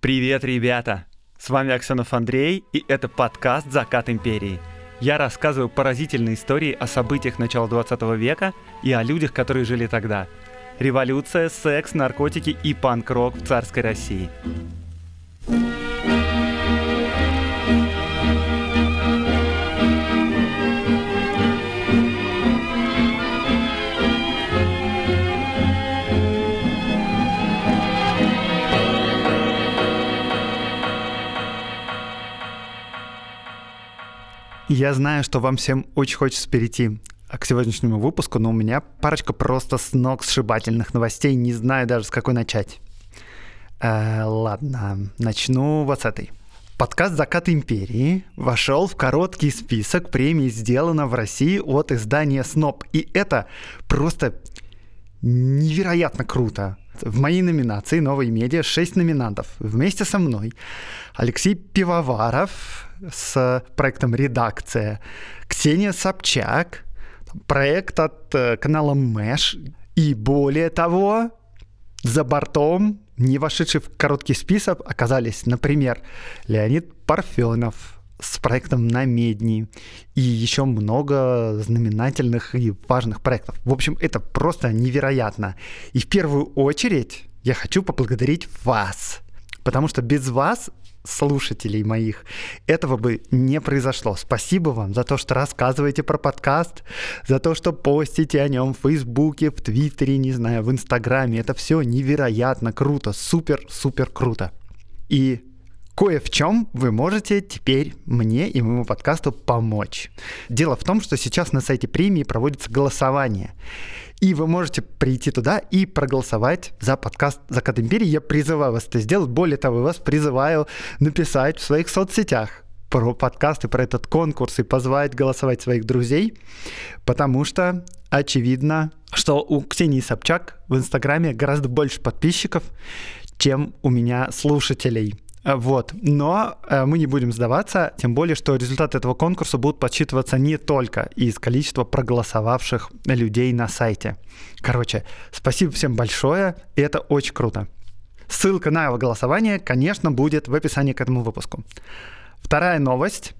Привет, ребята! С вами Аксенов Андрей, и это подкаст «Закат империи». Я рассказываю поразительные истории о событиях начала 20 века и о людях, которые жили тогда. Революция, секс, наркотики и панк-рок в царской России. Я знаю, что вам всем очень хочется перейти к сегодняшнему выпуску, но у меня парочка просто с ног сшибательных новостей, не знаю даже с какой начать. Ладно, начну вот с этой. Подкаст «Закат империи» вошел в короткий список премий «Сделано в России» от издания «Сноб». И это просто невероятно круто. В моей номинации «Новые медиа» 6 номинантов. Вместе со мной Алексей Пивоваров с проектом «Редакция», Ксения Собчак, проект от канала Мэш. И более того, за бортом, не вошедший в короткий список, оказались, например, Леонид Парфенов с проектом «Намедни» и еще много знаменательных и важных проектов. В общем, это просто невероятно. И в первую очередь я хочу поблагодарить вас, потому что без вас, слушателей моих, этого бы не произошло. Спасибо вам за то, что рассказываете про подкаст, за то, что постите о нем в Фейсбуке, в Твиттере, не знаю, в Инстаграме. Это все невероятно круто, супер круто. И кое в чем вы можете теперь мне и моему подкасту помочь. Дело в том, что сейчас на сайте премии проводится голосование. И вы можете прийти туда и проголосовать за подкаст «Закат империи». Я призываю вас это сделать. Более того, я вас призываю написать в своих соцсетях про подкаст и про этот конкурс и позвать голосовать своих друзей, потому что очевидно, что у Ксении Собчак в Инстаграме гораздо больше подписчиков, чем у меня слушателей. Вот. Но мы не будем сдаваться, тем более, что результаты этого конкурса будут подсчитываться не только из количества проголосовавших людей на сайте. Короче, спасибо всем большое, и это очень круто. Ссылка на его голосование, конечно, будет в описании к этому выпуску. Вторая новость.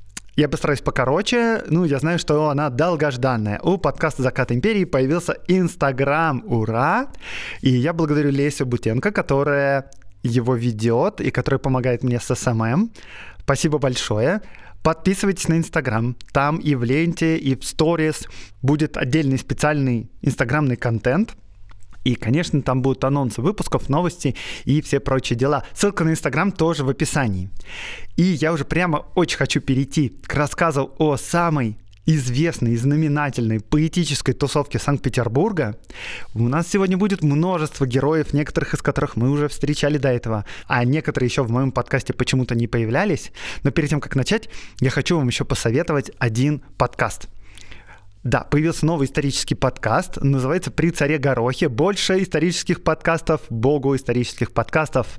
Я постараюсь покороче, я знаю, что она долгожданная. У подкаста «Закат империи» появился Инстаграм, ура! И я благодарю Лесю Бутенко, которая его ведет и который помогает мне с СММ. Спасибо большое. Подписывайтесь на Инстаграм. Там и в ленте, и в сторис будет отдельный специальный инстаграмный контент. И, конечно, там будут анонсы выпусков, новости и все прочие дела. Ссылка на Инстаграм тоже в описании. И я уже прямо очень хочу перейти к рассказу о самой известной и знаменательной поэтической тусовке Санкт-Петербурга. У нас сегодня будет множество героев, некоторых из которых мы уже встречали до этого, а некоторые еще в моем подкасте почему-то не появлялись. Но перед тем, как начать, я хочу вам еще посоветовать один подкаст. Да, появился новый исторический подкаст, называется «При царе Горохе». Больше исторических подкастов, богу исторических подкастов.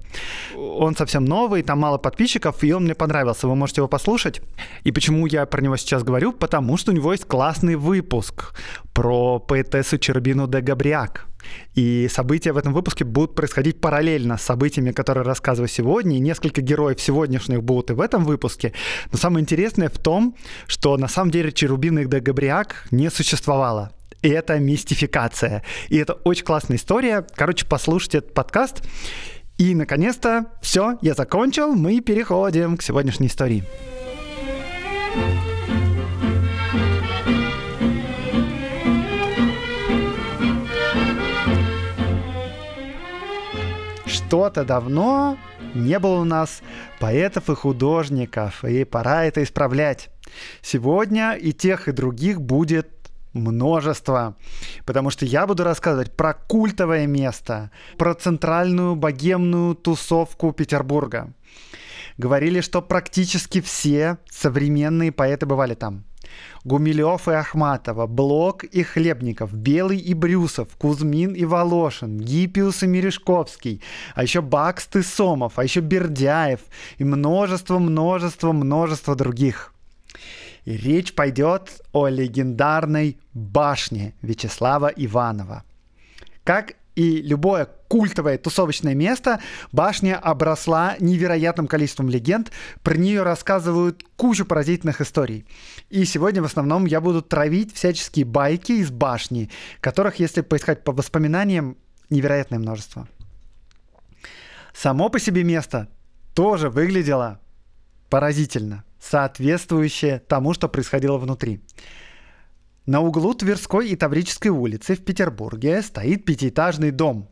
Он совсем новый, там мало подписчиков, и он мне понравился, вы можете его послушать. И почему я про него сейчас говорю? Потому что у него есть классный выпуск про поэтессу Чербину де Габриак. И события в этом выпуске будут происходить параллельно с событиями, которые рассказываю сегодня, и несколько героев сегодняшних будут и в этом выпуске. Но самое интересное в том, что на самом деле Черубины де Габриак не существовало. И это мистификация. И это очень классная история. Короче, послушайте этот подкаст. И, наконец-то, все, я закончил. Мы переходим к сегодняшней истории. Что-то давно не было у нас поэтов и художников, и пора это исправлять. Сегодня и тех, и других будет множество, потому что я буду рассказывать про культовое место, про центральную богемную тусовку Петербурга. Говорили, что практически все современные поэты бывали там. Гумилев и Ахматова, Блок и Хлебников, Белый и Брюсов, Кузьмин и Волошин, Гиппиус и Мережковский, а еще Бакст и Сомов, а еще Бердяев и множество других. И речь пойдет о легендарной башне Вячеслава Иванова. Как И любое культовое тусовочное место башня обросла невероятным количеством легенд. Про нее рассказывают кучу поразительных историй. И сегодня в основном я буду травить всяческие байки из башни, которых, если поискать по воспоминаниям, невероятное множество. Само по себе место тоже выглядело поразительно, соответствующее тому, что происходило внутри. На углу Тверской и Таврической улицы в Петербурге стоит пятиэтажный дом.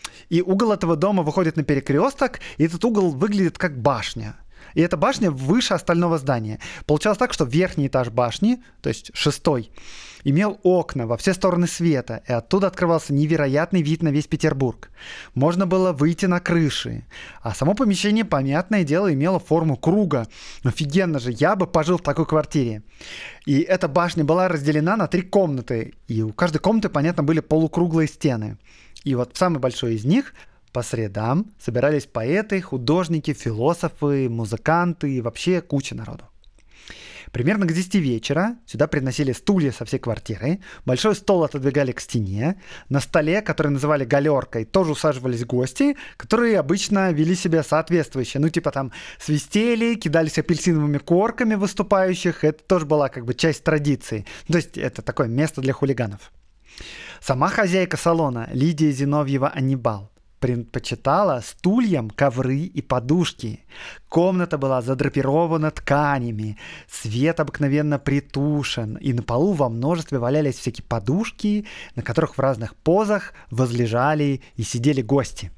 И угол этого дома выходит на перекресток, и этот угол выглядит как башня. И эта башня выше остального здания. Получалось так, что верхний этаж башни, то есть 6-й, имел окна во все стороны света, и оттуда открывался невероятный вид на весь Петербург. Можно было выйти на крыши. А само помещение, понятное дело, имело форму круга. Офигенно же, я бы пожил в такой квартире. И эта башня была разделена на 3 комнаты, и у каждой комнаты, понятно, были полукруглые стены. И вот в самой большой из них по средам собирались поэты, художники, философы, музыканты и вообще куча народу. Примерно к 10 вечера сюда приносили стулья со всей квартиры, большой стол отодвигали к стене, на столе, который называли галеркой, тоже усаживались гости, которые обычно вели себя соответствующе. Ну, типа там свистели, кидались апельсиновыми корками выступающих, это тоже была как бы часть традиции. То есть это такое место для хулиганов. Сама хозяйка салона, Лидия Зиновьева-Аннибал, предпочитала стульям ковры и подушки. Комната была задрапирована тканями, свет обыкновенно притушен, и на полу во множестве валялись всякие подушки, на которых в разных позах возлежали и сидели гости.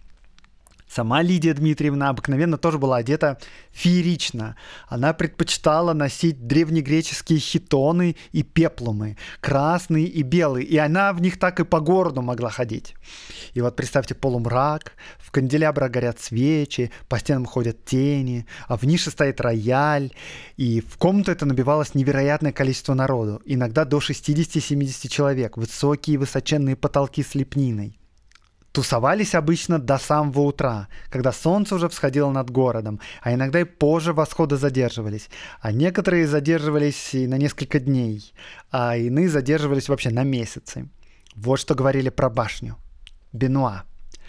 Сама Лидия Дмитриевна обыкновенно тоже была одета феерично. Она предпочитала носить древнегреческие хитоны и пеплумы, красные и белые, и она в них так и по городу могла ходить. И вот представьте полумрак, в канделябрах горят свечи, по стенам ходят тени, а в нише стоит рояль, и в комнату это набивалось невероятное количество народу, иногда до 60-70 человек, высокие высоченные потолки с лепниной. Тусовались обычно до самого утра, когда солнце уже всходило над городом, а иногда и позже восхода задерживались. А некоторые задерживались и на несколько дней, а иные задерживались вообще на месяцы. Вот что говорили про башню. Бенуа.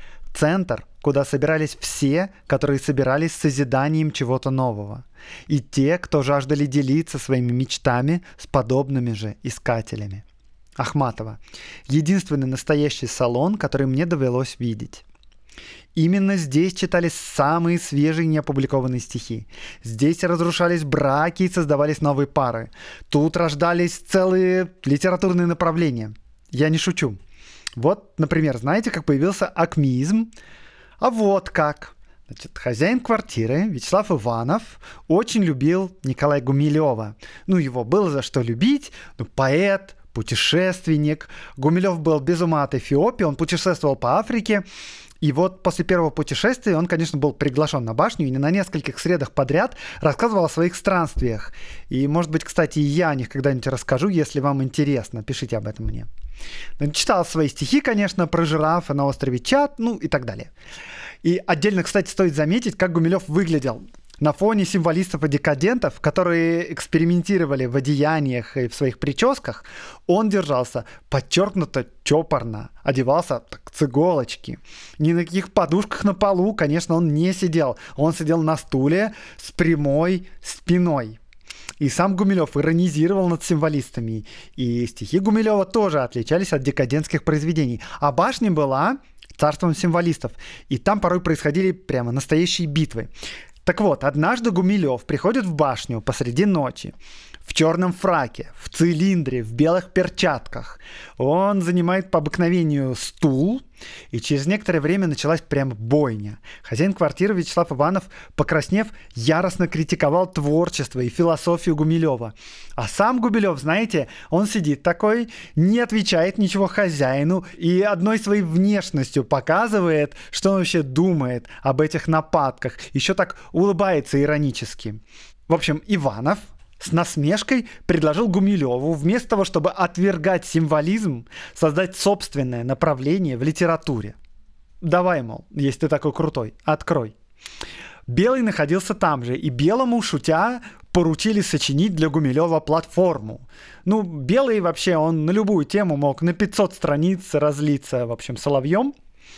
Центр, куда собирались все, которые собирались с созиданием чего-то нового. И те, кто жаждали делиться своими мечтами с подобными же искателями. Ахматова. Единственный настоящий салон, который мне довелось видеть. Именно здесь читались самые свежие неопубликованные стихи. Здесь разрушались браки и создавались новые пары. Тут рождались целые литературные направления. Я не шучу. Вот, например, знаете, как появился акмеизм? А вот как. Значит, хозяин квартиры Вячеслав Иванов очень любил Николая Гумилева. Ну, его было за что любить. Ну, поэт, путешественник. Гумилев был без ума от Эфиопии, он путешествовал по Африке. И вот после первого путешествия он, конечно, был приглашен на башню и на нескольких средах подряд рассказывал о своих странствиях. И, может быть, кстати, и я о них когда-нибудь расскажу, если вам интересно. Пишите об этом мне. Читал свои стихи, конечно, про жирафа на острове Чад, ну и так далее. И отдельно, кстати, стоит заметить, как Гумилев выглядел. На фоне символистов и декадентов, которые экспериментировали в одеяниях и в своих прическах, он держался подчеркнуто чопорно, одевался так с иголочки. Ни на каких подушках на полу, конечно, он не сидел. Он сидел на стуле с прямой спиной. И сам Гумилев иронизировал над символистами. И стихи Гумилева тоже отличались от декадентских произведений. А башня была царством символистов. И там порой происходили прямо настоящие битвы. Так вот, однажды Гумилев приходит в башню посреди ночи, в черном фраке, в цилиндре, в белых перчатках. Он занимает по обыкновению стул, и через некоторое время началась прямо бойня. Хозяин квартиры Вячеслав Иванов, покраснев, яростно критиковал творчество и философию Гумилева. А сам Гумилев, знаете, он сидит такой, не отвечает ничего хозяину и одной своей внешностью показывает, что он вообще думает об этих нападках. Еще так улыбается иронически. В общем, Иванов с насмешкой предложил Гумилеву вместо того, чтобы отвергать символизм, создать собственное направление в литературе. Давай, мол, если ты такой крутой, открой. Белый находился там же, и Белому, шутя, поручили сочинить для Гумилева платформу. Ну, Белый вообще, он на любую тему мог на 500 страниц разлиться, в общем, соловьем.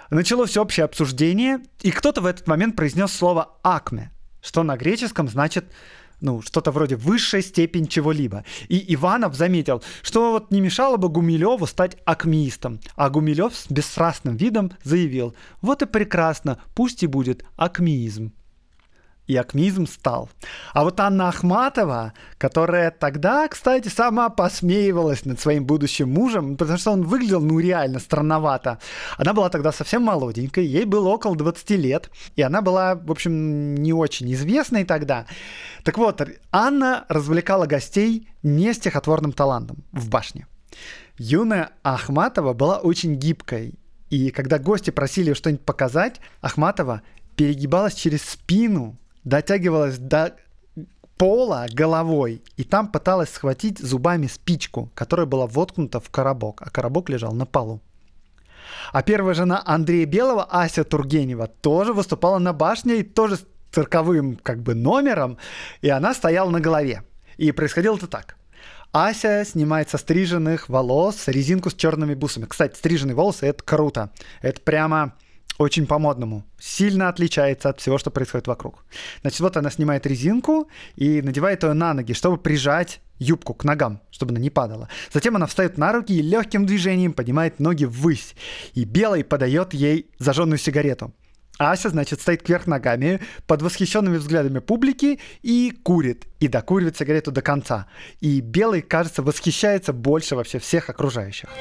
Началось общее обсуждение, и кто-то в этот момент произнес слово «акме», что на греческом значит что-то вроде высшая степень чего-либо. И Иванов заметил, что вот не мешало бы Гумилеву стать акмеистом. А Гумилев с бесстрастным видом заявил: вот и прекрасно, пусть и будет акмеизм. И акмеизм стал. А вот Анна Ахматова, которая тогда, кстати, сама посмеивалась над своим будущим мужем, потому что он выглядел, реально странновато. Она была тогда совсем молоденькой, ей было около 20 лет, и она была, в общем, не очень известной тогда. Так вот, Анна развлекала гостей не стихотворным талантом в башне. Юная Ахматова была очень гибкой, и когда гости просили что-нибудь показать, Ахматова перегибалась через спину, дотягивалась до пола головой и там пыталась схватить зубами спичку, которая была воткнута в коробок, а коробок лежал на полу. А первая жена Андрея Белого, Ася Тургенева, тоже выступала на башне и тоже с цирковым номером, и она стояла на голове. И происходило это так. Ася снимает со стриженных волос резинку с черными бусами. Кстати, стриженные волосы — это круто. Это прямо очень по-модному. Сильно отличается от всего, что происходит вокруг. Значит, вот она снимает резинку и надевает ее на ноги, чтобы прижать юбку к ногам, чтобы она не падала. Затем она встает на руки и легким движением поднимает ноги ввысь. И Белый подает ей зажженную сигарету. Ася, значит, стоит кверх ногами под восхищенными взглядами публики и курит. И докуривает сигарету до конца. И Белый, кажется, восхищается больше вообще всех окружающих.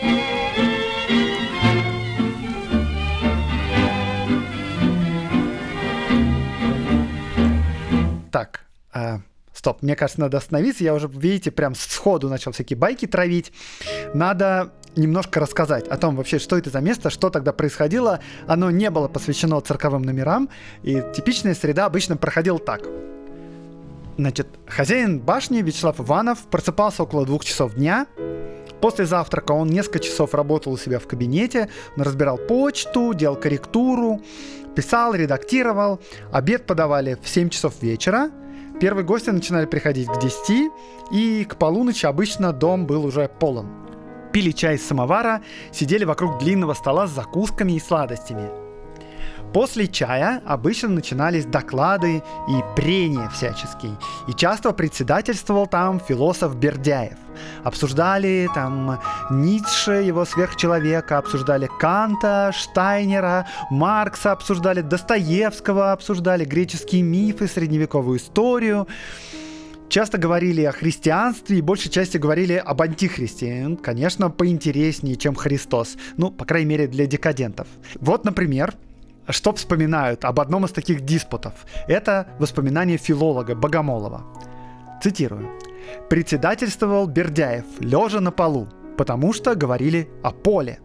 Так, стоп, мне кажется, надо остановиться. Я уже, видите, прям сходу начал всякие байки травить. Надо немножко рассказать о том вообще, что это за место, что тогда происходило. Оно не было посвящено цирковым номерам, и типичная среда обычно проходила так. Значит, хозяин башни Вячеслав Иванов просыпался около 2 часов дня. После завтрака он несколько часов работал у себя в кабинете, он разбирал почту, делал корректуру, писал, редактировал. Обед подавали в 7 часов вечера. Первые гости начинали приходить к 10, и к полуночи обычно дом был уже полон. Пили чай из самовара, сидели вокруг длинного стола с закусками и сладостями. После чая обычно начинались доклады и прения всяческие. И часто председательствовал там философ Бердяев. Обсуждали там Ницше, его сверхчеловека, обсуждали Канта, Штайнера, Маркса, обсуждали Достоевского, обсуждали греческие мифы, средневековую историю. Часто говорили о христианстве и большей части говорили об антихристе. Конечно, поинтереснее, чем Христос. По крайней мере, для декадентов. Вот, например, что вспоминают об одном из таких диспутов. Это воспоминание филолога Богомолова. Цитирую. «Председательствовал Бердяев, лежа на полу, потому что говорили о поле.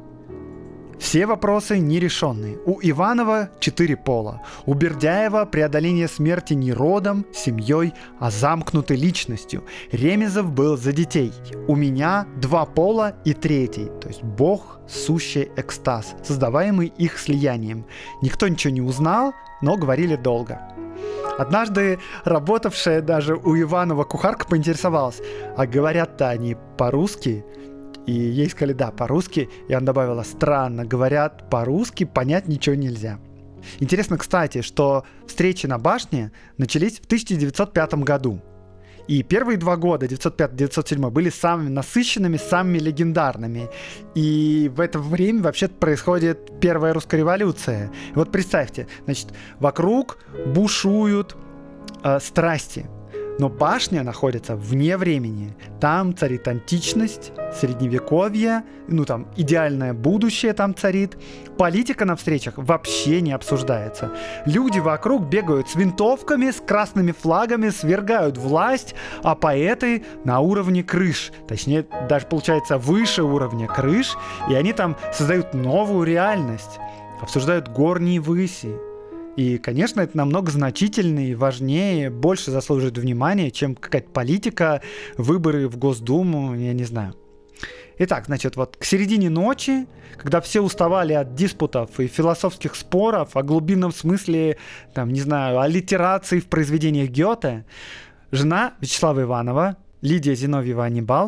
Все вопросы нерешенные. У Иванова 4 пола. У Бердяева преодоление смерти не родом, семьей, а замкнутой личностью. Ремезов был за детей. У меня 2 пола и 3, то есть Бог, сущий экстаз, создаваемый их слиянием. Никто ничего не узнал, но говорили долго». Однажды работавшая даже у Иванова кухарка поинтересовалась: а говорят-то они по-русски? И ей сказали: да, по-русски. И она добавила: странно, говорят по-русски, понять ничего нельзя. Интересно, кстати, что встречи на башне начались в 1905 году. И первые 2 года, 1905-1907, были самыми насыщенными, самыми легендарными. И в это время вообще происходит Первая русская революция. И вот представьте, значит, вокруг бушуют страсти. Но башня находится вне времени. Там царит античность, средневековье, там идеальное будущее там царит. Политика на встречах вообще не обсуждается. Люди вокруг бегают с винтовками, с красными флагами, свергают власть, а поэты на уровне крыш. Точнее, даже получается выше уровня крыш, и они там создают новую реальность, обсуждают горние выси. И, конечно, это намного значительнее, важнее, больше заслуживает внимания, чем какая-то политика, выборы в Госдуму, я не знаю. Итак, значит, вот к середине ночи, когда все уставали от диспутов и философских споров о глубинном смысле, аллитерации в произведениях Гёте, жена Вячеслава Иванова, Лидия Зиновьева Аннибал,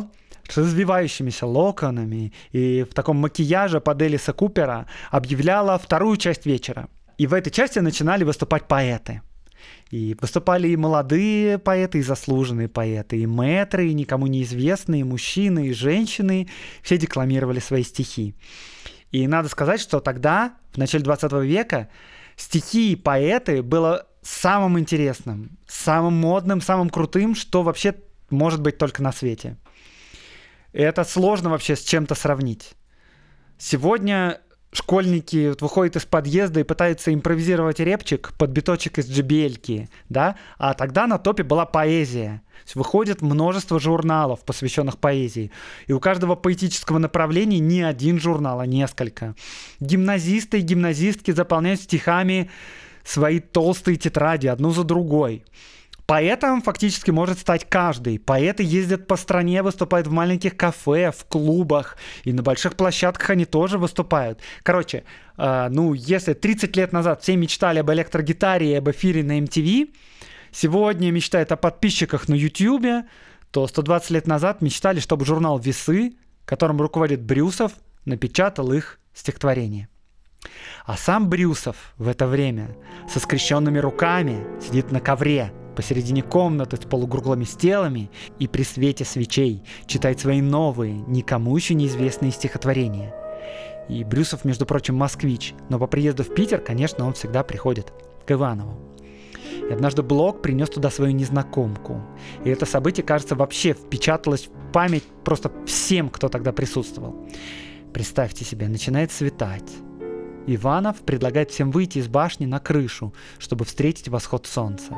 с развивающимися локонами и в таком макияже под Элиса Купера объявляла вторую часть вечера. И в этой части начинали выступать поэты. И выступали и молодые поэты, и заслуженные поэты, и мэтры, и никому неизвестные, и мужчины, и женщины. Все декламировали свои стихи. И надо сказать, что тогда, в начале 20 века, стихи и поэты было самым интересным, самым модным, самым крутым, что вообще может быть только на свете. И это сложно вообще с чем-то сравнить. Сегодня школьники выходят из подъезда и пытаются импровизировать репчик под биточек из JBL-ки, да? А тогда на топе была поэзия. То есть выходит множество журналов, посвященных поэзии. И у каждого поэтического направления не один журнал, а несколько. Гимназисты и гимназистки заполняют стихами свои толстые тетради одну за другой. Поэтом фактически может стать каждый. Поэты ездят по стране, выступают в маленьких кафе, в клубах, и на больших площадках они тоже выступают. Короче, если 30 лет назад все мечтали об электрогитаре и об эфире на MTV, сегодня мечтают о подписчиках на YouTube, то 120 лет назад мечтали, чтобы журнал «Весы», которым руководит Брюсов, напечатал их стихотворение. А сам Брюсов в это время со скрещенными руками сидит на ковре посередине комнаты с полукруглыми стелами и при свете свечей читает свои новые, никому еще неизвестные стихотворения. И Брюсов, между прочим, москвич, но по приезду в Питер, конечно, он всегда приходит к Иванову. И однажды Блок принес туда свою незнакомку. И это событие, кажется, вообще впечаталось в память просто всем, кто тогда присутствовал. Представьте себе, начинает светать. Иванов предлагает всем выйти из башни на крышу, чтобы встретить восход солнца.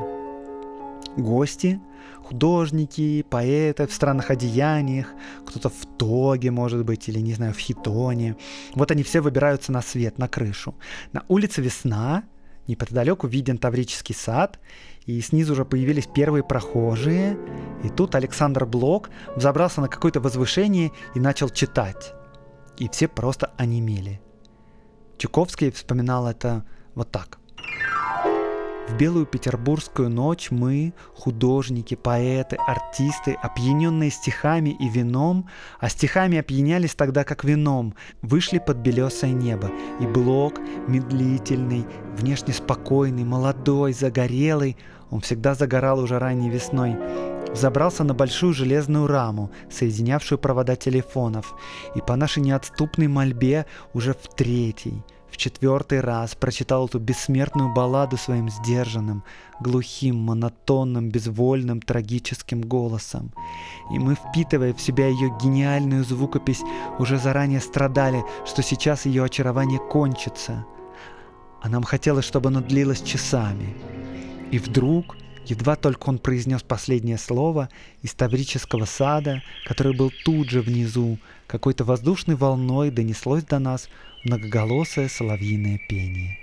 Гости, художники, поэты в странных одеяниях, кто-то в тоге, может быть, или, не знаю, в хитоне. Вот они все выбираются на свет, на крышу. На улице весна, неподалеку виден Таврический сад, и снизу уже появились первые прохожие. И тут Александр Блок взобрался на какое-то возвышение и начал читать. И все просто онемели. Чуковский вспоминал это вот так. В белую петербургскую ночь мы, художники, поэты, артисты, опьяненные стихами и вином, а стихами опьянялись тогда как вином, вышли под белесое небо, и Блок, медлительный, внешне спокойный, молодой, загорелый, он всегда загорал уже ранней весной, взобрался на большую железную раму, соединявшую провода телефонов, и по нашей неотступной мольбе уже в третий, в четвертый раз прочитал эту бессмертную балладу своим сдержанным, глухим, монотонным, безвольным, трагическим голосом. И мы, впитывая в себя ее гениальную звукопись, уже заранее страдали, что сейчас ее очарование кончится. А нам хотелось, чтобы оно длилось часами. И вдруг, едва только он произнес последнее слово, из Таврического сада, который был тут же внизу, какой-то воздушной волной донеслось до нас многоголосое соловьиное пение.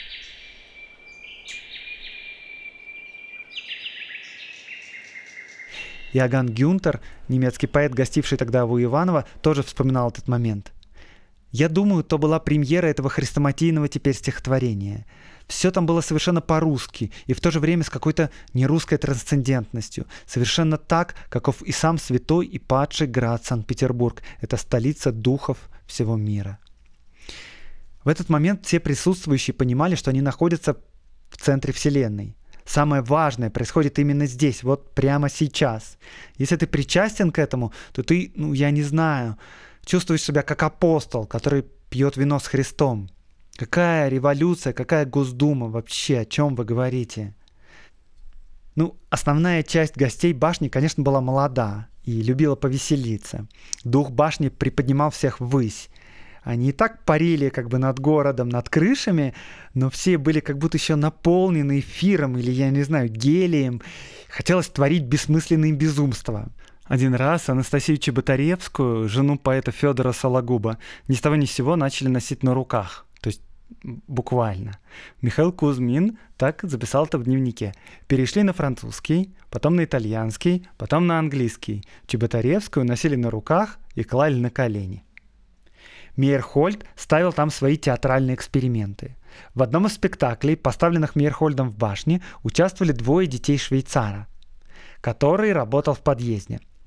Иоганн Гюнтер, немецкий поэт, гостивший тогда у Иванова, тоже вспоминал этот момент. Я думаю, то была премьера этого хрестоматийного теперь стихотворения. Все там было совершенно по-русски и в то же время с какой-то нерусской трансцендентностью. Совершенно так, каков и сам святой и падший град Санкт-Петербург. Это столица духов всего мира. В этот момент все присутствующие понимали, что они находятся в центре Вселенной. Самое важное происходит именно здесь, вот прямо сейчас. Если ты причастен к этому, то ты, я не знаю, чувствуешь себя как апостол, который пьет вино с Христом. Какая революция, какая Госдума вообще, о чем вы говорите? Основная часть гостей башни, конечно, была молода и любила повеселиться. Дух башни приподнимал всех ввысь. Они и так парили над городом, над крышами, но все были как будто еще наполнены эфиром или, я не знаю, гелием. Хотелось творить бессмысленные безумства. Один раз Анастасию Чеботаревскую, жену поэта Федора Сологуба, ни с того ни с сего начали носить на руках. То есть буквально. Михаил Кузьмин так записал это в дневнике. Перешли на французский, потом на итальянский, потом на английский. Чеботаревскую носили на руках и клали на колени. Мейерхольд ставил там свои театральные эксперименты. В одном из спектаклей, поставленных Мейерхольдом в башне, участвовали двое детей швейцара, который работал в подъезде.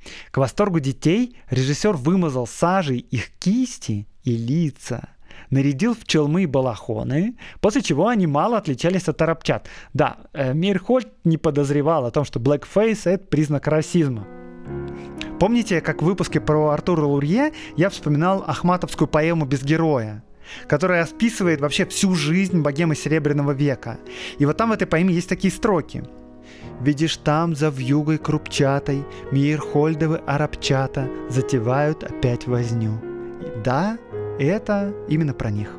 К восторгу детей режиссер вымазал сажей их кисти и лица, нарядил в челмы и балахоны, после чего они мало отличались от арабчат. Да, Мейерхольд не подозревал о том, что blackface — это признак расизма. Помните, как в выпуске про Артура Лурье я вспоминал ахматовскую поэму «Без героя», которая описывает вообще всю жизнь богемы Серебряного века. И вот там в этой поэме есть такие строки. «Видишь, там за вьюгой крупчатой Мейерхольдовы арабчата затевают опять возню». И да, это именно про них.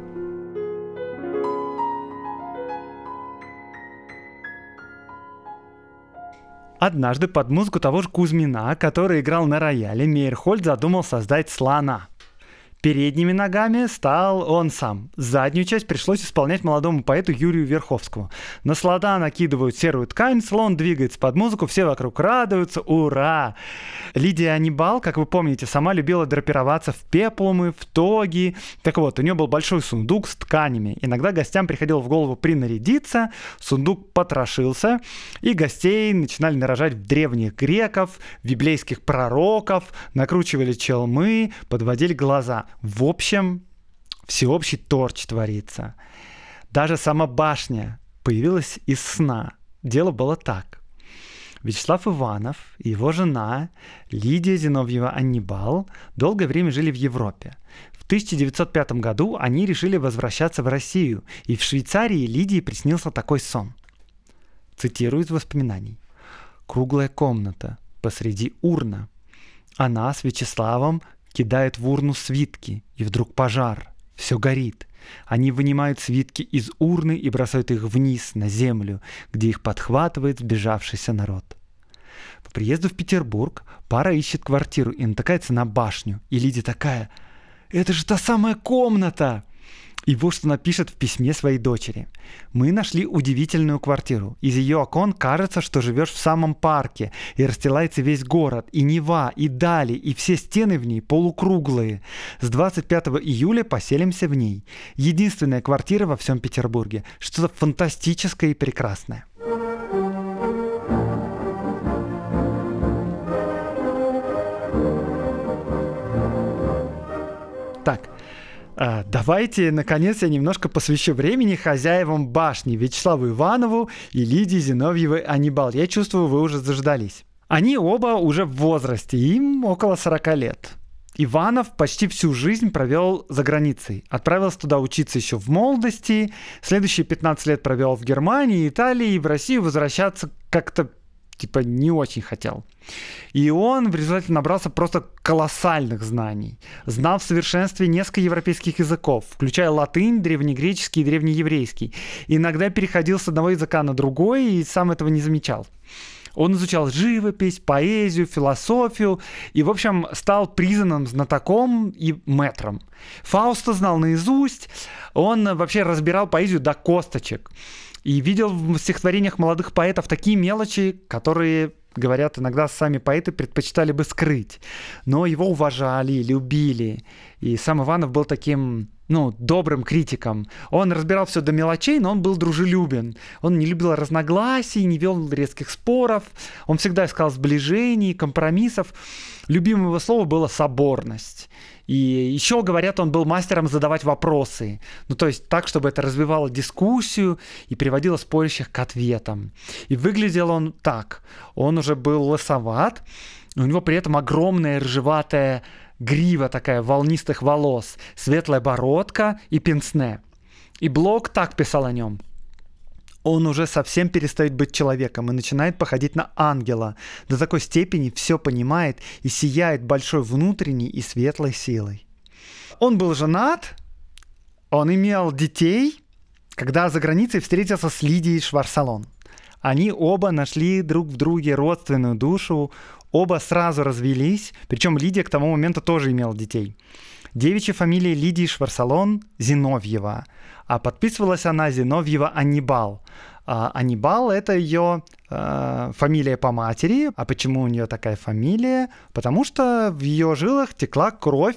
Однажды под музыку того же Кузьмина, который играл на рояле, Мейерхольд задумал создать слона. Передними ногами стал он сам. Заднюю часть пришлось исполнять молодому поэту Юрию Верховскому. На слона накидывают серую ткань, слон двигается под музыку, все вокруг радуются. Ура! Лидия Аннибал, как вы помните, сама любила драпироваться в пеплумы, в тоги. Так вот, у нее был большой сундук с тканями. Иногда гостям приходило в голову принарядиться, сундук потрошился, и гостей начинали наряжать в древних греков, в библейских пророков, накручивали челмы, подводили глаза. В общем, всеобщий торч творится. Даже сама башня появилась из сна. Дело было так. Вячеслав Иванов и его жена Лидия Зиновьева Аннибал долгое время жили в Европе. В 1905 году они решили возвращаться в Россию, и в Швейцарии Лидии приснился такой сон. Цитирую из воспоминаний. «Круглая комната, посреди урна. Она с Вячеславом кидает в урну свитки, и вдруг пожар. Все горит. Они вынимают свитки из урны и бросают их вниз, на землю, где их подхватывает сбежавшийся народ. По приезду в Петербург пара ищет квартиру и натыкается на башню. И Лидия такая: «Это же та самая комната!» И вот что напишет в письме своей дочери. «Мы нашли удивительную квартиру. Из ее окон кажется, что живешь в самом парке, и расстилается весь город, и Нева, и дали, и все стены в ней полукруглые. С 25 июля поселимся в ней. Единственная квартира во всем Петербурге. Что-то фантастическое и прекрасное». Так. Давайте, наконец, я немножко посвящу времени хозяевам башни Вячеславу Иванову и Лидии Зиновьевой Аннибал. Я чувствую, вы уже заждались. Они оба уже в возрасте, им около 40 лет. Иванов почти всю жизнь провел за границей. Отправился туда учиться еще в молодости. Следующие 15 лет провел в Германии, Италии, и в Россию возвращаться как-то не очень хотел. И он в результате набрался просто колоссальных знаний. Знал в совершенстве несколько европейских языков, включая латынь, древнегреческий и древнееврейский. Иногда переходил с одного языка на другой и сам этого не замечал. Он изучал живопись, поэзию, философию и, в общем, стал признанным знатоком и мэтром. Фауста знал наизусть, он вообще разбирал поэзию до косточек. И видел в стихотворениях молодых поэтов такие мелочи, которые, говорят, иногда сами поэты предпочитали бы скрыть. Но его уважали, любили. И сам Иванов был таким, добрым критиком. Он разбирал все до мелочей, но он был дружелюбен. Он не любил разногласий, не вел резких споров. Он всегда искал сближений, компромиссов. Любимое его слово было «соборность». И еще, говорят, он был мастером задавать вопросы. То есть так, чтобы это развивало дискуссию и приводило спорящих к ответам. И выглядел он так. Он уже был лысоват, у него при этом огромная рыжеватая грива такая волнистых волос, светлая бородка и пенсне. И Блок так писал о нем. Он уже совсем перестает быть человеком и начинает походить на ангела. До такой степени все понимает и сияет большой внутренней и светлой силой. Он был женат, он имел детей, когда за границей встретился с Лидией Шварцалон. Они оба нашли друг в друге родственную душу, оба сразу развелись, причем Лидия к тому моменту тоже имела детей. Девичья фамилия Лидии Шварцалон Зиновьева, а подписывалась она Зиновьева Аннибал. Аннибал — это ее фамилия по матери. А почему у нее такая фамилия? Потому что в ее жилах текла кровь,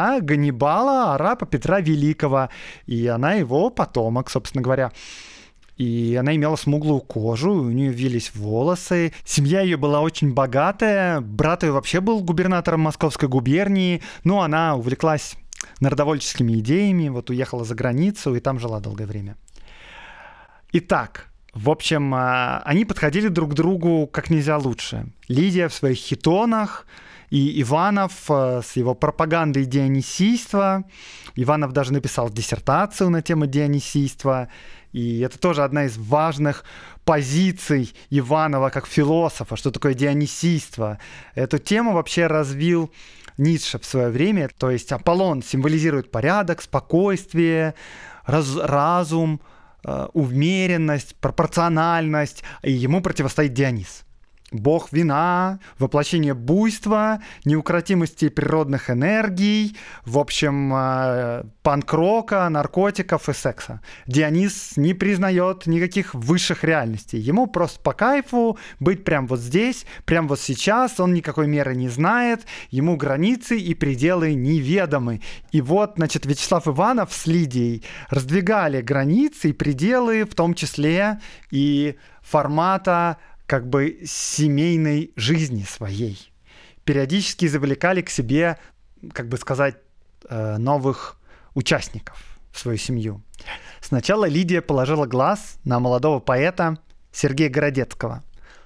Ганнибала, араба Петра Великого, и она его потомок, собственно говоря. И она имела смуглую кожу, у нее вились волосы. Семья ее была очень богатая. Брат ее вообще был губернатором Московской губернии. Но она увлеклась народовольческими идеями, вот уехала за границу и там жила долгое время. Итак, в общем, они подходили друг к другу как нельзя лучше. Лидия в своих хитонах, и Иванов с его пропагандой дионисийства. Иванов даже написал диссертацию на тему дионисийства. И это тоже одна из важных позиций Иванова как философа, что такое дионисийство. Эту тему вообще развил Ницше в свое время. То есть Аполлон символизирует порядок, спокойствие, разум, умеренность, пропорциональность, и ему противостоит Дионис. Бог вина, воплощение буйства, неукротимости природных энергий, в общем, панк-рока, наркотиков и секса. Дионис не признает никаких высших реальностей. Ему просто по кайфу быть прямо вот здесь, прямо вот сейчас. Он никакой меры не знает, ему границы и пределы неведомы. И вот, значит, Вячеслав Иванов с Лидией раздвигали границы и пределы, в том числе и формата как бы семейной жизни своей. Периодически завлекали к себе, как бы сказать, новых участников в свою семью. Сначала Лидия положила глаз на молодого поэта Сергея Городецкого.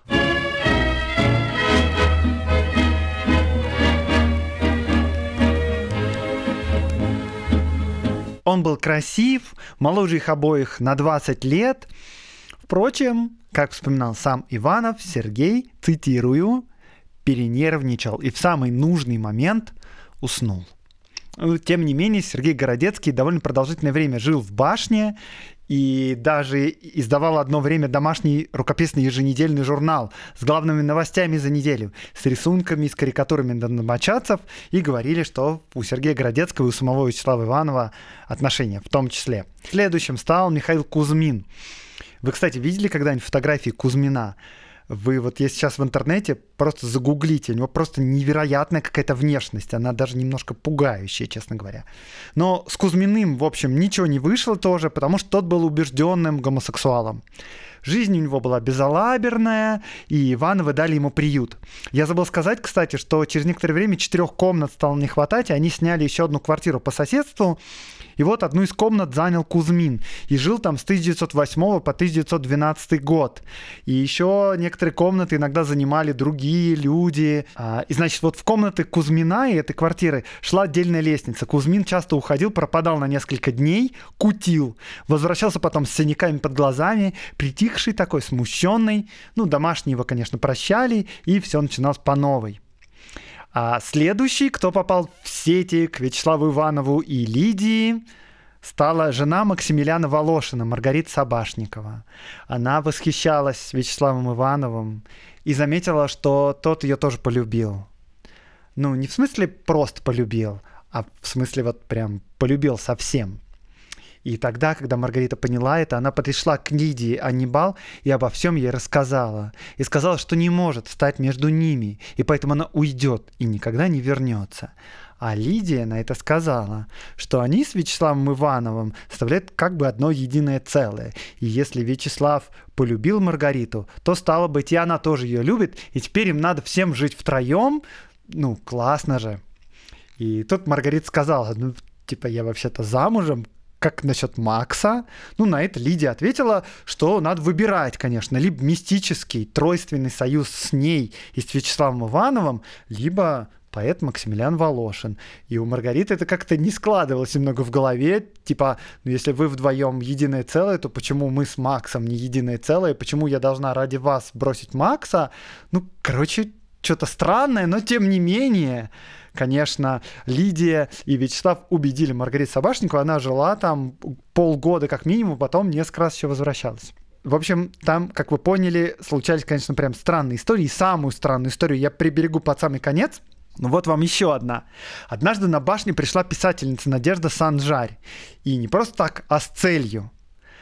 Он был красив, моложе их обоих на 20 лет. Впрочем, как вспоминал сам Иванов, Сергей, цитирую, перенервничал и в самый нужный момент уснул. Тем не менее, Сергей Городецкий довольно продолжительное время жил в башне и даже издавал одно время домашний рукописный еженедельный журнал с главными новостями за неделю, с рисунками, с карикатурами домочадцев, и говорили, что у Сергея Городецкого и у самого Вячеслава Иванова отношения в том числе. Следующим стал Михаил Кузьмин. Вы, кстати, видели когда-нибудь фотографии Кузьмина? Вы вот если сейчас в интернете просто загуглите, у него просто невероятная какая-то внешность, она даже немножко пугающая, честно говоря. Но с Кузьминым, в общем, ничего не вышло тоже, потому что тот был убежденным гомосексуалом. Жизнь у него была безалаберная, и Ивановы дали ему приют. Я забыл сказать, кстати, что через некоторое время 4 комнат стало не хватать, и они сняли еще одну квартиру по соседству. И вот одну из комнат занял Кузьмин. И жил там с 1908 по 1912 год. И еще некоторые комнаты иногда занимали другие люди. И, значит, вот в комнаты Кузьмина и этой квартиры шла отдельная лестница. Кузьмин часто уходил, пропадал на несколько дней, кутил. Возвращался потом с синяками под глазами, притихший такой, смущенный. Ну, домашние его, конечно, прощали, и все начиналось по новой. А следующий, кто попал в сети к Вячеславу Иванову и Лидии, стала жена Максимилиана Волошина, Маргарита Собашникова. Она восхищалась Вячеславом Ивановым и заметила, что тот ее тоже полюбил. Ну, не в смысле просто полюбил, а в смысле вот прям полюбил совсем. И тогда, когда Маргарита поняла это, она подошла к Лидии Аннибал и обо всем ей рассказала. И сказала, что не может встать между ними, и поэтому она уйдет и никогда не вернется. А Лидия на это сказала, что они с Вячеславом Ивановым составляют как бы одно единое целое. И если Вячеслав полюбил Маргариту, то, стало быть, и она тоже ее любит, и теперь им надо всем жить втроем. Ну, классно же. И тут Маргарита сказала, ну, типа, я вообще-то замужем, как насчет Макса? Ну, на это Лидия ответила, что надо выбирать, конечно, либо мистический тройственный союз с ней и с Вячеславом Ивановым, либо поэт Максимилиан Волошин. И у Маргариты это как-то не складывалось немного в голове, типа, ну, если вы вдвоем единое целое, то почему мы с Максом не единое целое, почему я должна ради вас бросить Макса? Ну, короче, что-то странное, но тем не менее... Конечно, Лидия и Вячеслав убедили Маргариту Собашникову, она жила там полгода как минимум, потом несколько раз еще возвращалась. В общем, там, как вы поняли, случались, конечно, прям странные истории. И самую странную историю я приберегу под самый конец. Ну вот вам еще одна. Однажды на башню пришла писательница Надежда Санжарь. И не просто так, а с целью.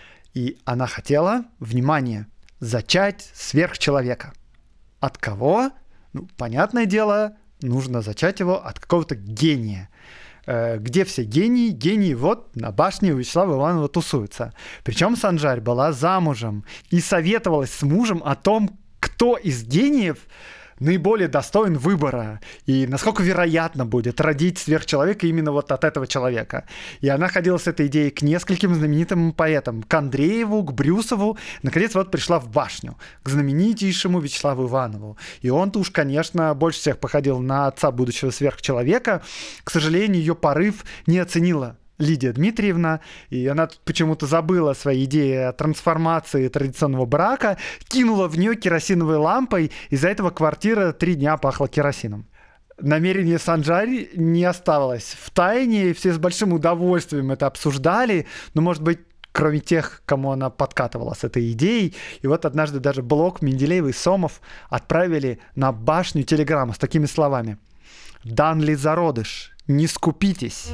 И она хотела, внимание, зачать сверхчеловека. От кого? Ну, понятное дело, нужно зачать его от какого-то гения. Где все гении? Гении вот на башне у Вячеслава Иванова тусуются. Причем Санжарь была замужем и советовалась с мужем о том, кто из гениев наиболее достоин выбора и насколько вероятно будет родить сверхчеловека именно вот от этого человека. И она ходила с этой идеей к нескольким знаменитым поэтам. К Андрееву, к Брюсову. Наконец вот пришла в башню. К знаменитейшему Вячеславу Иванову. И он-то уж, конечно, больше всех походил на отца будущего сверхчеловека. К сожалению, ее порыв не оценила Лидия Дмитриевна, и она почему-то забыла свои идеи о трансформации традиционного брака, кинула в нее керосиновой лампой, из-за этого квартира 3 дня пахла керосином. Намерение Санжарь не оставалось в тайне, все с большим удовольствием это обсуждали, но, может быть, кроме тех, кому она подкатывала с этой идеей. И вот однажды даже Блок, Менделеев и Сомов отправили на башню телеграмму с такими словами: «Дан ли зародыш? Не скупитесь».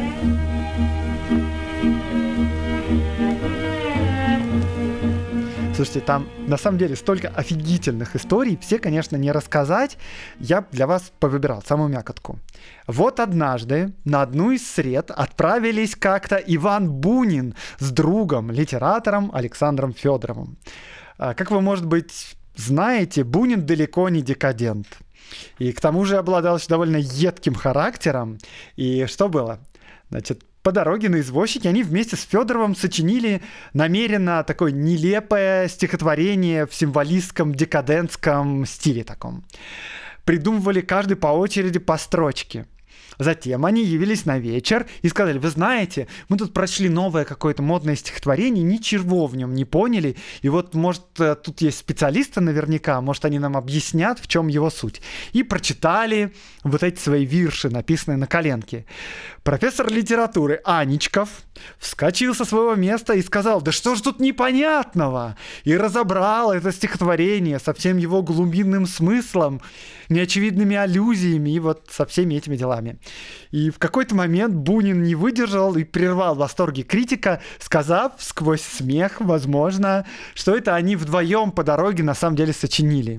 Слушайте, там на самом деле столько офигительных историй, все, конечно, не рассказать. Я для вас повыбирал самую мякотку. Вот однажды на одну из сред отправились как-то Иван Бунин с другом, литератором Александром Федоровым. Как вы, может быть, знаете, Бунин далеко не декадент. И к тому же обладал довольно едким характером. И что было? Значит, по дороге на извозчике они вместе с Федоровым сочинили намеренно такое нелепое стихотворение в символистском декадентском стиле таком. Придумывали каждый по очереди по строчке. Затем они явились на вечер и сказали: вы знаете, мы тут прочли новое какое-то модное стихотворение, ничего в нем не поняли, и вот, может, тут есть специалисты наверняка, может, они нам объяснят, в чем его суть. И прочитали вот эти свои вирши, написанные на коленке. Профессор литературы Аничков вскочил со своего места и сказал: да что ж тут непонятного? И разобрал это стихотворение со всем его глубинным смыслом, неочевидными аллюзиями и вот со всеми этими делами. И в какой-то момент Бунин не выдержал и прервал восторги критика, сказав сквозь смех, возможно, что это они вдвоем по дороге на самом деле сочинили.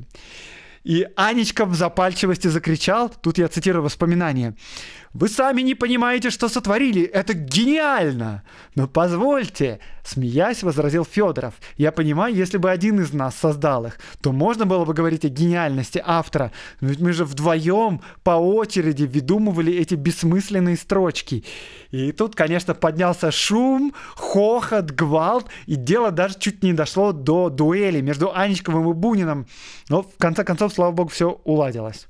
И Аничков в запальчивости закричал, тут я цитирую воспоминания: «Вы сами не понимаете, что сотворили, это гениально!» «Но позвольте», смеясь, возразил Федоров, «я понимаю, если бы один из нас создал их, то можно было бы говорить о гениальности автора, но ведь мы же вдвоем по очереди выдумывали эти бессмысленные строчки». И тут, конечно, поднялся шум, хохот, гвалт, и дело даже чуть не дошло до дуэли между Аничковым и Буниным. Но в конце концов, слава богу, все уладилось.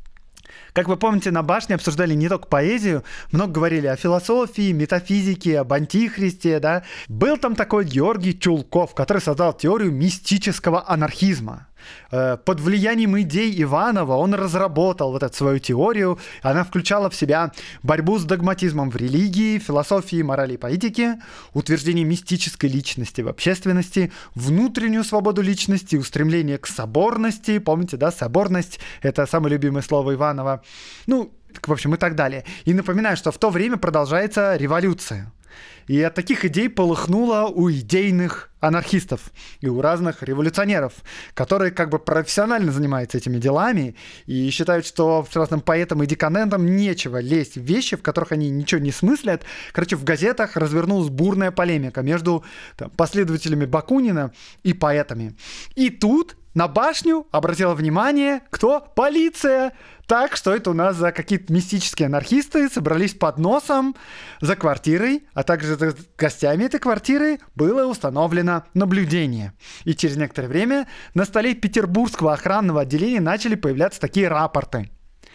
Как вы помните, на башне обсуждали не только поэзию, много говорили о философии, метафизике, об антихристе, да. Был там такой Георгий Чулков, который создал теорию мистического анархизма. Под влиянием идей Иванова он разработал вот эту свою теорию. Она включала в себя борьбу с догматизмом в религии, философии, морали и политике, утверждение мистической личности в общественности, внутреннюю свободу личности, устремление к соборности. Помните, да, соборность — это самое любимое слово Иванова. Ну, в общем, и так далее. И напоминаю, что в то время продолжается революция. И от таких идей полыхнуло у идейных анархистов и у разных революционеров, которые как бы профессионально занимаются этими делами и считают, что разным поэтам и декадентам нечего лезть в вещи, в которых они ничего не смыслят. Короче, в газетах развернулась бурная полемика между последователями Бакунина и поэтами. И тут на башню обратила внимание кто? Полиция! Так, что это у нас за какие-то мистические анархисты собрались под носом за квартирой, а также за гостями этой квартиры было установлено наблюдение. И через некоторое время на столе Петербургского охранного отделения начали появляться такие рапорты.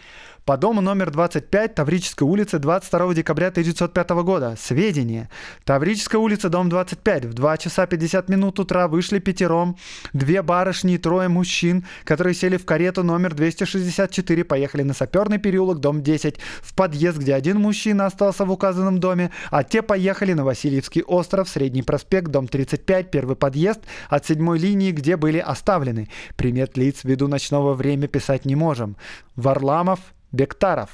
По дому номер 25, Таврической улицы, 22 декабря 1905 года. Сведения. Таврическая улица, дом 25. В 2 часа 50 минут утра вышли пятером 2 барышни и 3 мужчин, которые сели в карету номер 264, поехали на Саперный переулок, дом 10, в подъезд, где один мужчина остался в указанном доме, а те поехали на Васильевский остров, Средний проспект, дом 35, первый подъезд от 7-й линии, где были оставлены. Примет лиц ввиду ночного времени писать не можем. Варламов, Бектаров.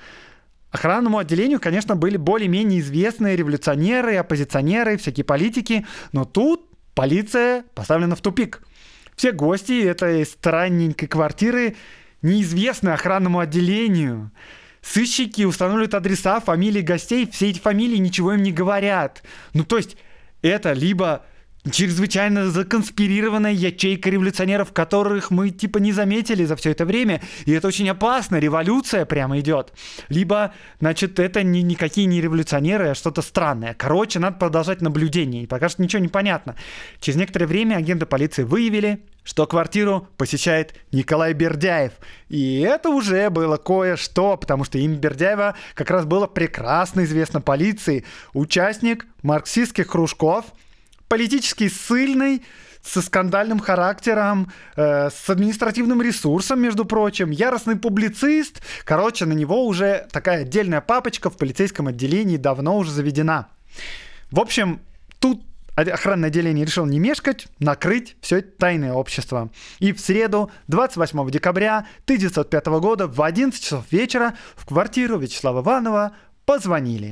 Охранному отделению, конечно, были более-менее известные революционеры, оппозиционеры, всякие политики, но тут полиция поставлена в тупик. Все гости этой странненькой квартиры неизвестны охранному отделению. Сыщики устанавливают адреса, фамилии гостей, все эти фамилии ничего им не говорят. Ну, то есть, это либо чрезвычайно законспирированная ячейка революционеров, которых мы типа не заметили за все это время, и это очень опасно, революция прямо идет. Либо, значит, это никакие не революционеры, а что-то странное. Короче, надо продолжать наблюдение, и пока что ничего не понятно. Через некоторое время агенты полиции выявили, что квартиру посещает Николай Бердяев. И это уже было кое-что, потому что имя Бердяева как раз было прекрасно известно полиции. Участник марксистских кружков, политически ссыльный, со скандальным характером, с административным ресурсом, между прочим, яростный публицист. Короче, на него уже такая отдельная папочка в полицейском отделении давно уже заведена. В общем, тут охранное отделение решило не мешкать, накрыть все это тайное общество. И в среду, 28 декабря 1905 года в 11 часов вечера в квартиру Вячеслава Иванова позвонили.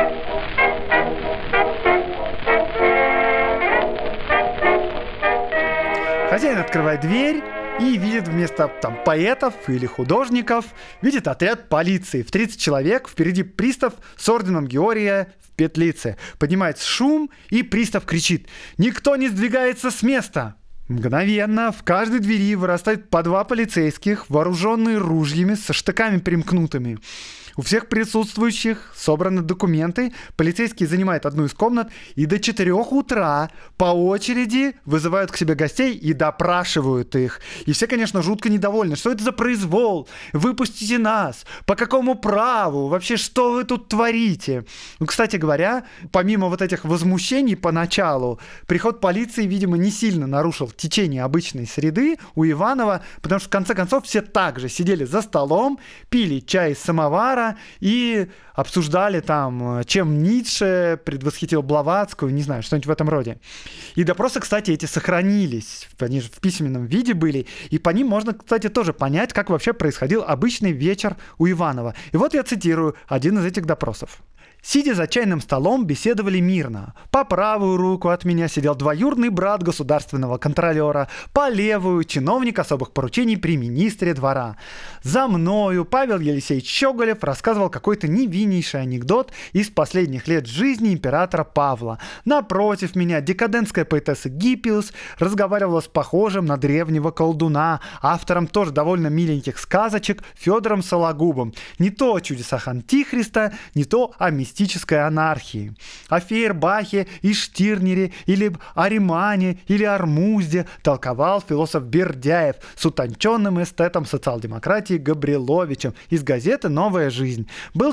Хозяин открывает дверь и видит вместо поэтов или художников, видит отряд полиции в 30 человек, впереди пристав с орденом Георгия в петлице. Поднимается шум, и пристав кричит: «Никто не сдвигается с места!» Мгновенно в каждой двери вырастают по 2 полицейских, вооруженные ружьями со штыками примкнутыми. У всех присутствующих собраны документы, полицейские занимают одну из комнат и до 4 утра по очереди вызывают к себе гостей и допрашивают их. И все, конечно, жутко недовольны. Что это за произвол? Выпустите нас! По какому праву? Вообще, что вы тут творите? Ну, кстати говоря, помимо вот этих возмущений поначалу, приход полиции, видимо, не сильно нарушил течение обычной среды у Иванова, потому что в конце концов все также сидели за столом, пили чай из самовара и обсуждали там, чем Ницше предвосхитил Блаватскую, не знаю, что-нибудь в этом роде. И допросы, кстати, эти сохранились, они же в письменном виде были, и по ним можно, кстати, тоже понять, как вообще происходил обычный вечер у Иванова. И вот я цитирую один из этих допросов. Сидя за чайным столом, беседовали мирно. По правую руку от меня сидел двоюродный брат государственного контролера, по левую — чиновник особых поручений при министре двора. За мною Павел Елисеевич Щеголев рассказывал какой-то невиннейший анекдот из последних лет жизни императора Павла. Напротив меня декадентская поэтесса Гиппиус разговаривала с похожим на древнего колдуна, автором тоже довольно миленьких сказочек Федором Сологубом. Не то о чудесах Антихриста, не то о мистической анархии. О Фейербахе и Штирнере, или о Римане, или Армузде толковал философ Бердяев с утонченным эстетом социал-демократии Габриловичем из газеты «Новая жизнь». Был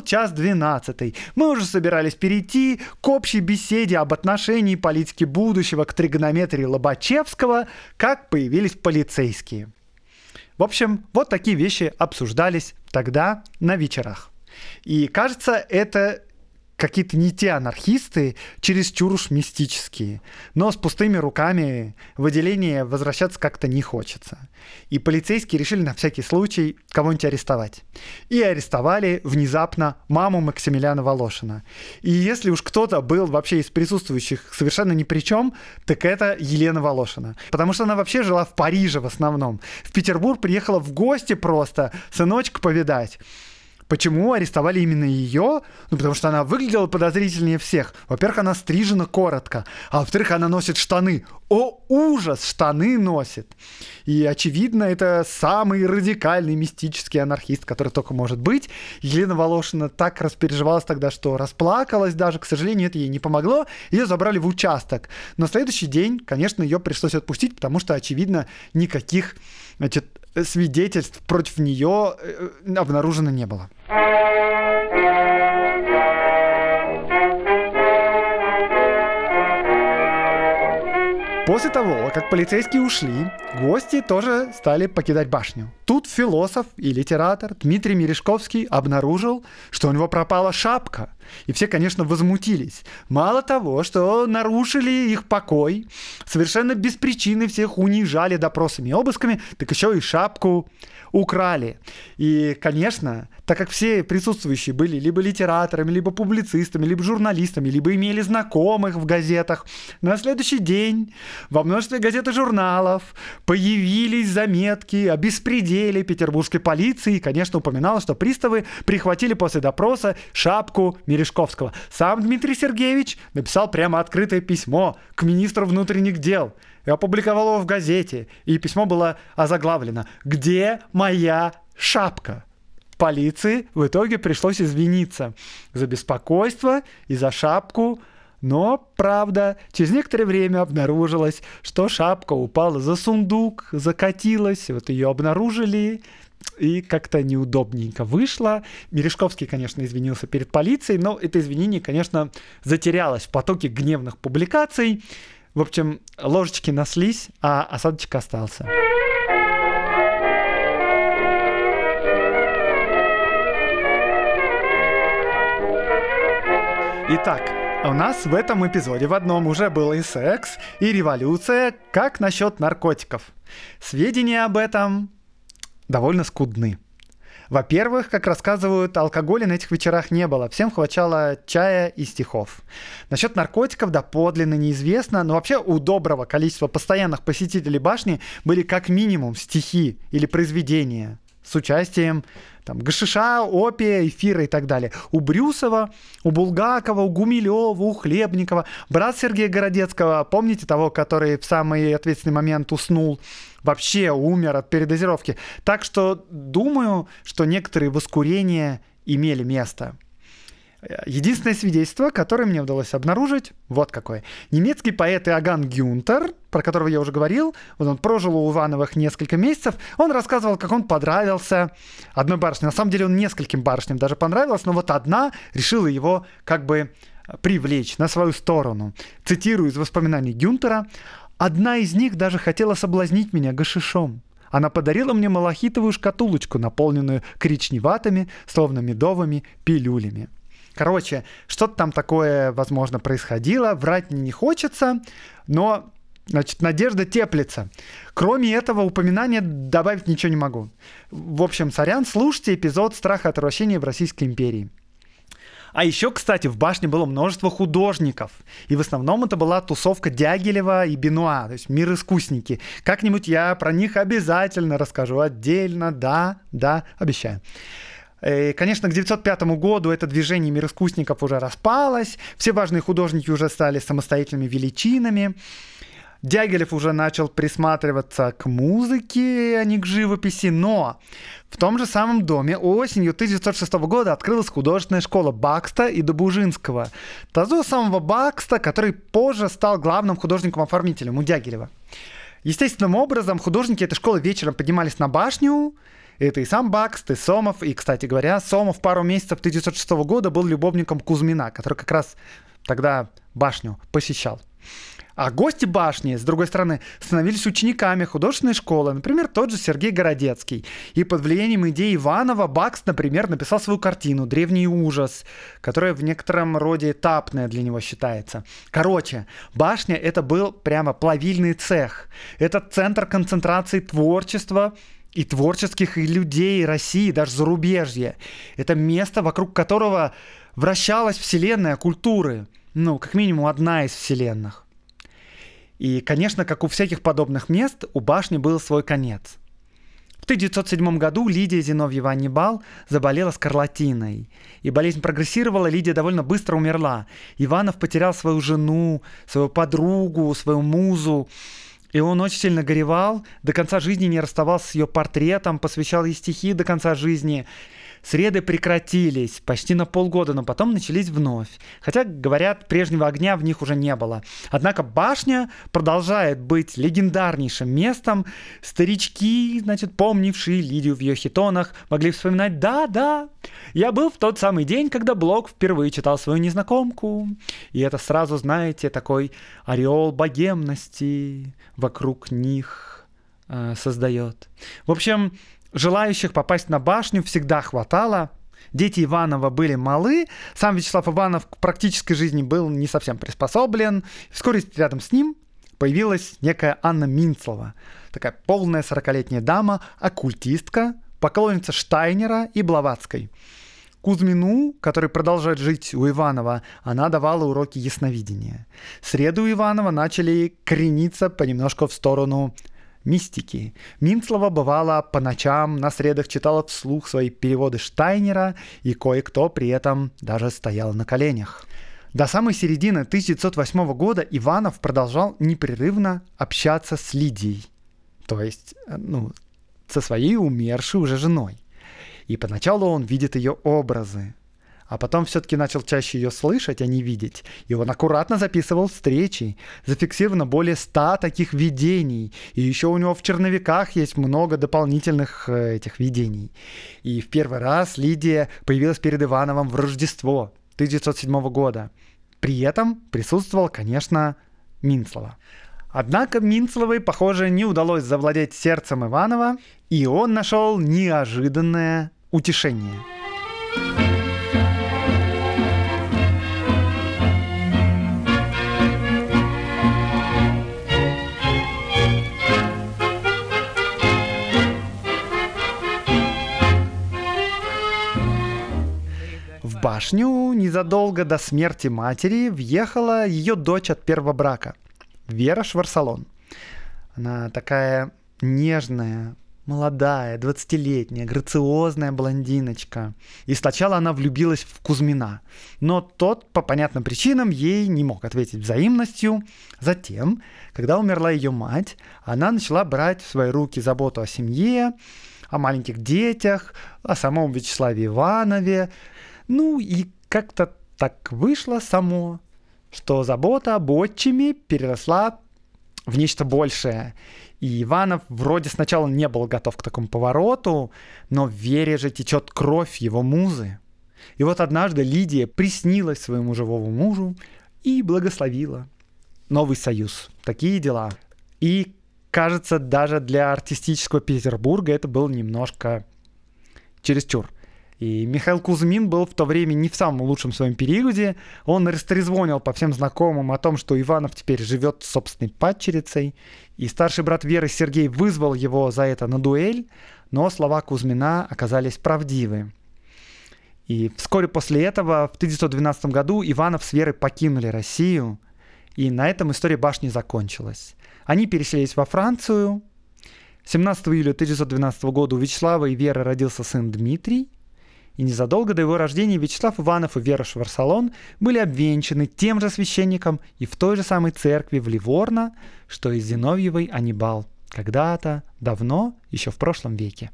1:12. Мы уже собирались перейти к общей беседе об отношении политики будущего к тригонометрии Лобачевского, как появились полицейские. В общем, вот такие вещи обсуждались тогда на вечерах. И кажется, это какие-то не те анархисты, чересчур уж мистические. Но с пустыми руками в отделение возвращаться как-то не хочется. И полицейские решили на всякий случай кого-нибудь арестовать. И арестовали внезапно маму Максимилиана Волошина. И если уж кто-то был вообще из присутствующих совершенно ни при чем, так это Елена Волошина. Потому что она вообще жила в Париже в основном. В Петербург приехала в гости просто сыночка повидать. Почему арестовали именно ее? Ну, потому что она выглядела подозрительнее всех. Во-первых, она стрижена коротко, а во-вторых, она носит штаны. О, ужас, штаны носит. И, очевидно, это самый радикальный мистический анархист, который только может быть. Елена Волошина так распереживалась тогда, что расплакалась даже. К сожалению, это ей не помогло. Ее забрали в участок. На следующий день, конечно, ее пришлось отпустить, потому что, очевидно, никаких, свидетельств против нее обнаружено не было. После того, как полицейские ушли, гости тоже стали покидать башню. Тут философ и литератор Дмитрий Мережковский обнаружил, что у него пропала шапка. И все, конечно, возмутились. Мало того, что нарушили их покой, совершенно без причины всех унижали допросами и обысками, так еще и шапку украли. И, конечно, так как все присутствующие были либо литераторами, либо публицистами, либо журналистами, либо имели знакомых в газетах, на следующий день во множестве газет и журналов появились заметки о беспределе отделе петербургской полиции и, конечно, упоминала, что приставы прихватили после допроса шапку Мережковского. Сам Дмитрий Сергеевич написал прямо открытое письмо к министру внутренних дел и опубликовал его в газете. И письмо было озаглавлено «Где моя шапка?». Полиции в итоге пришлось извиниться за беспокойство и за шапку. Но, правда, через некоторое время обнаружилось, что шапка упала за сундук, закатилась, вот ее обнаружили, и как-то неудобненько вышло. Мережковский, конечно, извинился перед полицией, но это извинение, конечно, затерялось в потоке гневных публикаций. В общем, ложечки наслись, а осадочек остался. Итак, у нас в этом эпизоде в одном уже был и секс, и революция. Как насчет наркотиков? Сведения об этом довольно скудны. Во-первых, как рассказывают, алкоголя на этих вечерах не было. Всем хватало чая и стихов. Насчет наркотиков доподлинно неизвестно, но вообще у доброго количества постоянных посетителей башни были как минимум стихи или произведения с участием гашиша, опия, эфира и так далее. У Брюсова, у Булгакова, у Гумилева, у Хлебникова, брат Сергея Городецкого, помните того, который в самый ответственный момент уснул, вообще умер от передозировки. Так что думаю, что некоторые воскурения имели место. Единственное свидетельство, которое мне удалось обнаружить, вот какое. Немецкий поэт Иоганн Гюнтер, про которого я уже говорил, вот он прожил у Ивановых несколько месяцев, он рассказывал, как он понравился одной барышне. На самом деле он нескольким барышням даже понравился, но вот одна решила его как бы привлечь на свою сторону. Цитирую из воспоминаний Гюнтера: «Одна из них даже хотела соблазнить меня гашишом. Она подарила мне малахитовую шкатулочку, наполненную коричневатыми, словно медовыми пилюлями». Короче, что-то там такое, возможно, происходило. Врать мне не хочется, но, надежда теплится. Кроме этого упоминания добавить ничего не могу. В общем, сорян, слушайте эпизод «Страх и отвращение в Российской империи». А еще, кстати, в башне было множество художников. И в основном это была тусовка Дягилева и Бенуа, то есть мир-искусники. Как-нибудь я про них обязательно расскажу отдельно, да, обещаю. Конечно, к 1905 году это движение мироискусников уже распалось, все важные художники уже стали самостоятельными величинами. Дягилев уже начал присматриваться к музыке, а не к живописи, но в том же самом доме осенью 1906 года открылась художественная школа Бакста и Добужинского. Того самого Бакста, который позже стал главным художником-оформителем у Дягилева. Естественным образом художники этой школы вечером поднимались на башню. Это и сам Бакст, и Сомов, и, кстати говоря, Сомов пару месяцев 1906 года был любовником Кузьмина, который как раз тогда башню посещал. А гости башни, с другой стороны, становились учениками художественной школы, например, тот же Сергей Городецкий. И под влиянием идей Иванова Бакст, например, написал свою картину «Древний ужас», которая в некотором роде этапная для него считается. Короче, башня — это был прямо плавильный цех. Это центр концентрации творчества и творческих людей России, даже зарубежья. Это место, вокруг которого вращалась вселенная культуры. Как минимум одна из вселенных. И, конечно, как у всяких подобных мест, у башни был свой конец. В 1907 году Лидия Зиновьева Аннибал заболела скарлатиной. И болезнь прогрессировала, Лидия довольно быстро умерла. Иванов потерял свою жену, свою подругу, свою музу. И он очень сильно горевал, до конца жизни не расставался с ее портретом, посвящал ей стихи до конца жизни. Среды прекратились почти на полгода, но потом начались вновь. Хотя, говорят, прежнего огня в них уже не было. Однако башня продолжает быть легендарнейшим местом. Старички, помнившие Лидию в ее хитонах, могли вспоминать: да, я был в тот самый день, когда Блок впервые читал свою незнакомку. И это сразу, знаете, такой ореол богемности вокруг них создает. В общем, желающих попасть на башню всегда хватало. Дети Иванова были малы, сам Вячеслав Иванов к практической жизни был не совсем приспособлен. Вскоре рядом с ним появилась некая Анна Минцлова, такая полная 40-летняя дама, оккультистка, поклонница Штайнера и Блаватской. Кузьмину, который продолжает жить у Иванова, она давала уроки ясновидения. Среды у Иванова начали крениться понемножку в сторону мистики. Минцлова, бывало, по ночам на средах читала вслух свои переводы Штайнера, и кое-кто при этом даже стоял на коленях. До самой середины 1908 года Иванов продолжал непрерывно общаться с Лидией, то есть, со своей умершей уже женой. И поначалу он видит ее образы, а потом все-таки начал чаще ее слышать, а не видеть. И он аккуратно записывал встречи. Зафиксировано более 100 таких видений. И еще у него в черновиках есть много дополнительных этих видений. И в первый раз Лидия появилась перед Ивановым в Рождество 1907 года. При этом присутствовала, конечно, Минцлова. Однако Минцловой, похоже, не удалось завладеть сердцем Иванова, и он нашел неожиданное утешение. В башню незадолго до смерти матери въехала ее дочь от первого брака, Вера Шварцалон. Она такая нежная, молодая, 20-летняя, грациозная блондиночка. И сначала она влюбилась в Кузьмина, но тот по понятным причинам ей не мог ответить взаимностью. Затем, когда умерла ее мать, она начала брать в свои руки заботу о семье, о маленьких детях, о самом Вячеславе Иванове. И как-то так вышло само, что забота об отчиме переросла в нечто большее. И Иванов вроде сначала не был готов к такому повороту, но в Вере же течет кровь его музы. И вот однажды Лидия приснилась своему живому мужу и благословила новый союз. Такие дела. И, кажется, даже для артистического Петербурга это было немножко чересчур. И Михаил Кузьмин был в то время не в самом лучшем своем периоде. Он растрезвонил по всем знакомым о том, что Иванов теперь живет с собственной падчерицей. И старший брат Веры Сергей вызвал его за это на дуэль, но слова Кузьмина оказались правдивы. И вскоре после этого, в 1912 году, Иванов с Верой покинули Россию, и на этом история башни закончилась. Они переселились во Францию. 17 июля 1912 года у Вячеслава и Веры родился сын Дмитрий. И незадолго до его рождения Вячеслав Иванов и Вера Шварцалон были обвенчаны тем же священником и в той же самой церкви в Ливорно, что и Зиновьевой Аннибал, когда-то, давно, еще в прошлом веке.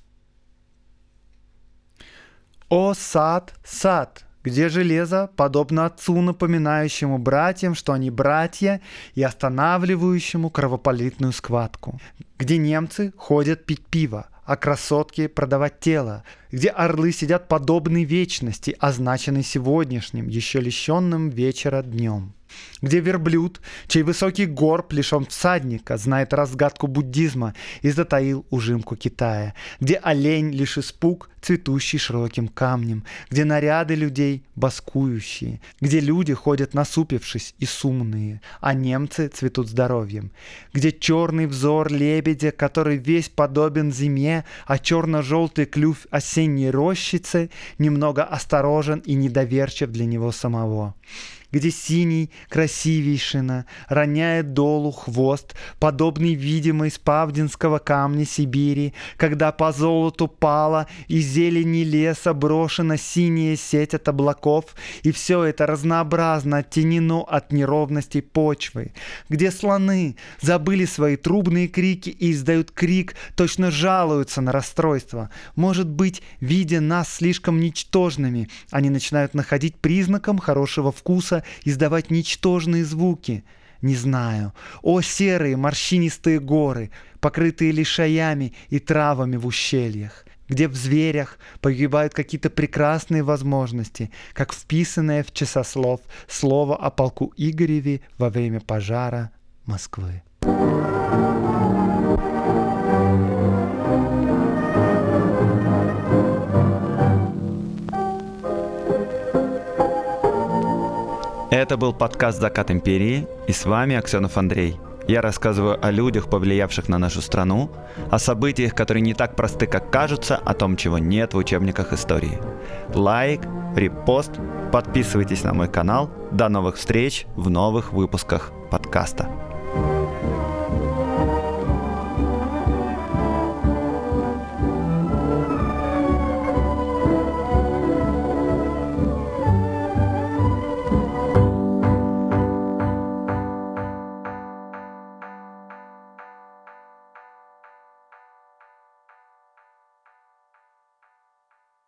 «О, сад, сад, где железо, подобно отцу, напоминающему братьям, что они братья, и останавливающему кровопролитную схватку, где немцы ходят пить пиво, а красотки продавать тело, где орлы сидят подобны вечности, означенной сегодняшним, еще лишенным вечера днем, где верблюд, чей высокий горб лишен всадника, знает разгадку буддизма и затаил ужимку Китая, где олень лишь испуг, цветущий широким камнем, где наряды людей баскующие, где люди ходят насупившись и сумные, а немцы цветут здоровьем, где черный взор лебедя, который весь подобен зиме, а черно-желтый клюв осенней рощицы немного осторожен и недоверчив для него самого, где синий, красивейшина, роняет долу хвост, подобный видимой с павдинского камня Сибири, когда по золоту пала и зелени леса брошена синяя сеть от облаков, и все это разнообразно оттенено от неровностей почвы, где слоны забыли свои трубные крики и издают крик, точно жалуются на расстройство. Может быть, видя нас слишком ничтожными, они начинают находить признаком хорошего вкуса издавать ничтожные звуки. Не знаю. О, серые морщинистые горы, покрытые лишаями и травами в ущельях, где в зверях погибают какие-то прекрасные возможности, как вписанное в часослов слово о полку Игореве во время пожара Москвы. Это был подкаст «Закат империи», и с вами Аксенов Андрей. Я рассказываю о людях, повлиявших на нашу страну, о событиях, которые не так просты, как кажутся, о том, чего нет в учебниках истории. Лайк, репост, подписывайтесь на мой канал. До новых встреч в новых выпусках подкаста.